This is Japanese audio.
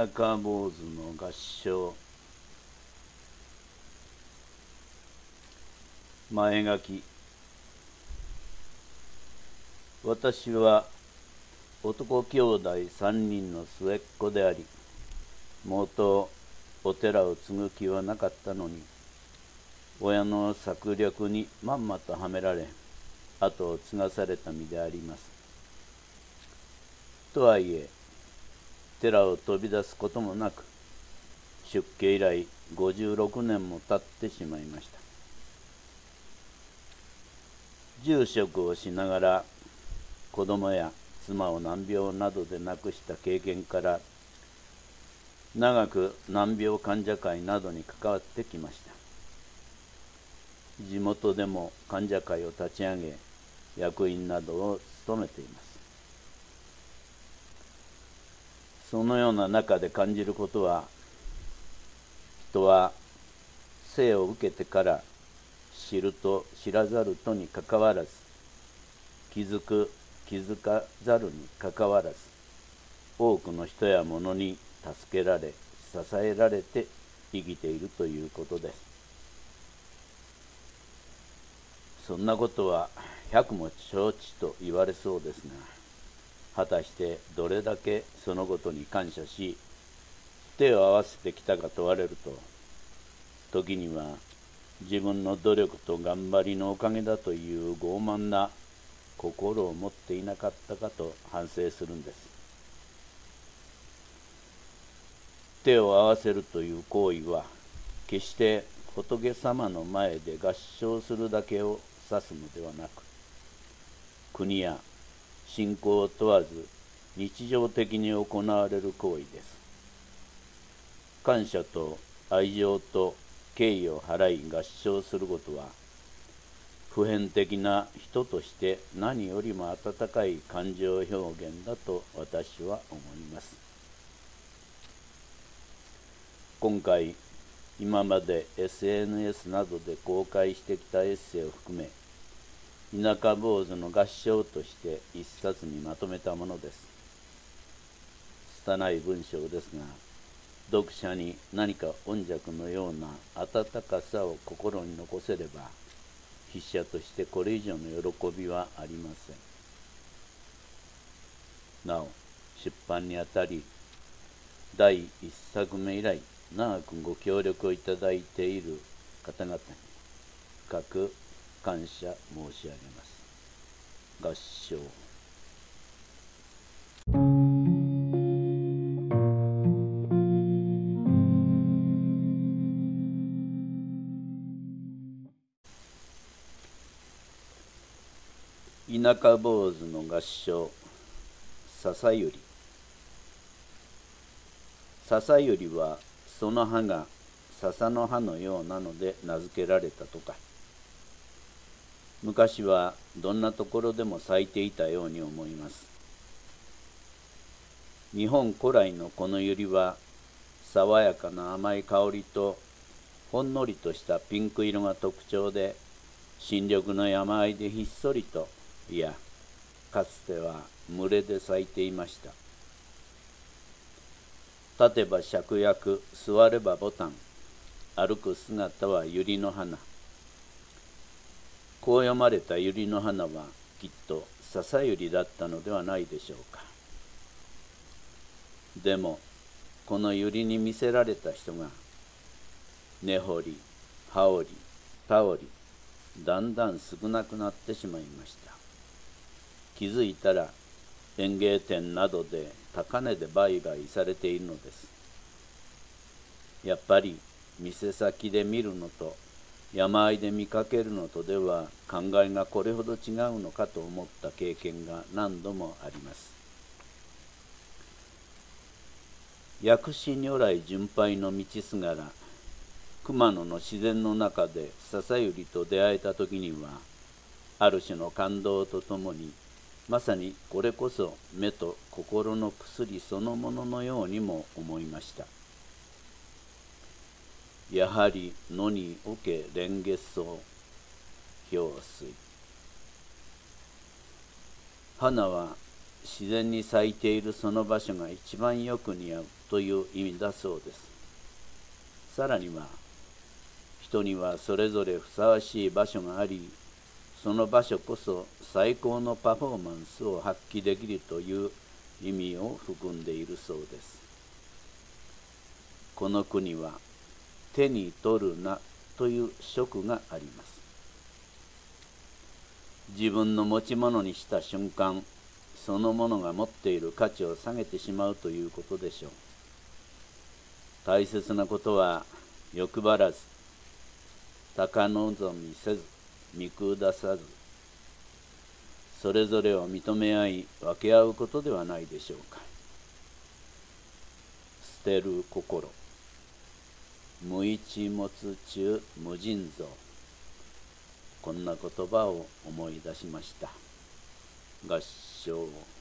田舎坊主の合唱。前書き。私は男兄弟3人の末っ子であり、もとお寺を継ぐ気はなかったのに、親の策略にまんまとはめられ、後を継がされた身であります。とはいえ、寺を飛び出すこともなく、出家以来56年も経ってしまいました。住職をしながら子供や妻を難病などで亡くした経験から、長く難病患者会などに関わってきました。地元でも患者会を立ち上げ、役員などを務めています。そのような中で感じることは、人は生を受けてから知ると知らざるとにかかわらず、気づく気づかざるにかかわらず、多くの人や物に助けられ支えられて生きているということです。そんなことは百も承知と言われそうですが、果たしてどれだけそのことに感謝し手を合わせてきたか問われると、時には自分の努力と頑張りのおかげだという傲慢な心を持っていなかったかと反省するんです。手を合わせるという行為は、決して仏様の前で合唱するだけを指すのではなく、国や信仰を問わず日常的に行われる行為です。感謝と愛情と敬意を払い合唱することは、普遍的な人として何よりも温かい感情表現だと私は思います。今回、今まで SNS などで公開してきたエッセイを含め、田舎坊主の合唱として一冊にまとめたものです。拙い文章ですが、読者に何か音尺のような温かさを心に残せれば、筆者としてこれ以上の喜びはありません。なお、出版にあたり、第一作目以来、長くご協力をいただいている方々に深く感謝申し上げます。合唱。田舎坊主の合唱。笹百合。笹百合はその葉が笹の葉のようなので名付けられたとか。昔はどんなところでも咲いていたように思います。日本古来のこの百合は、爽やかな甘い香りとほんのりとしたピンク色が特徴で、新緑の山あいでひっそりと、いや、かつては群れで咲いていました。立てば芍薬、座れば牡丹、歩く姿は百合の花。こう読まれた百合の花は、きっと笹百合だったのではないでしょうか。でも、この百合に魅せられた人が、根掘り、葉織り、田織り、だんだん少なくなってしまいました。気づいたら、園芸店などで高値で売買されているのです。やっぱり店先で見るのと山あいで見かけるのとでは考えがこれほど違うのかと思った経験が何度もあります。薬師如来巡拝の道すがら、熊野の自然の中で笹百合と出会えた時には、ある種の感動とともに、まさにこれこそ目と心の薬そのもののようにも思いました。やはり野におけ蓮月草、氷水。花は自然に咲いているその場所が一番よく似合うという意味だそうです。さらには、人にはそれぞれふさわしい場所があり、その場所こそ最高のパフォーマンスを発揮できるという意味を含んでいるそうです。この句には、手に取るなという職があります。自分の持ち物にした瞬間、そのものが持っている価値を下げてしまうということでしょう。大切なことは、欲張らず、高望みせず、見下さず、それぞれを認め合い、分け合うことではないでしょうか。捨てる心、無一物中無尽蔵。こんな言葉を思い出しました。合唱。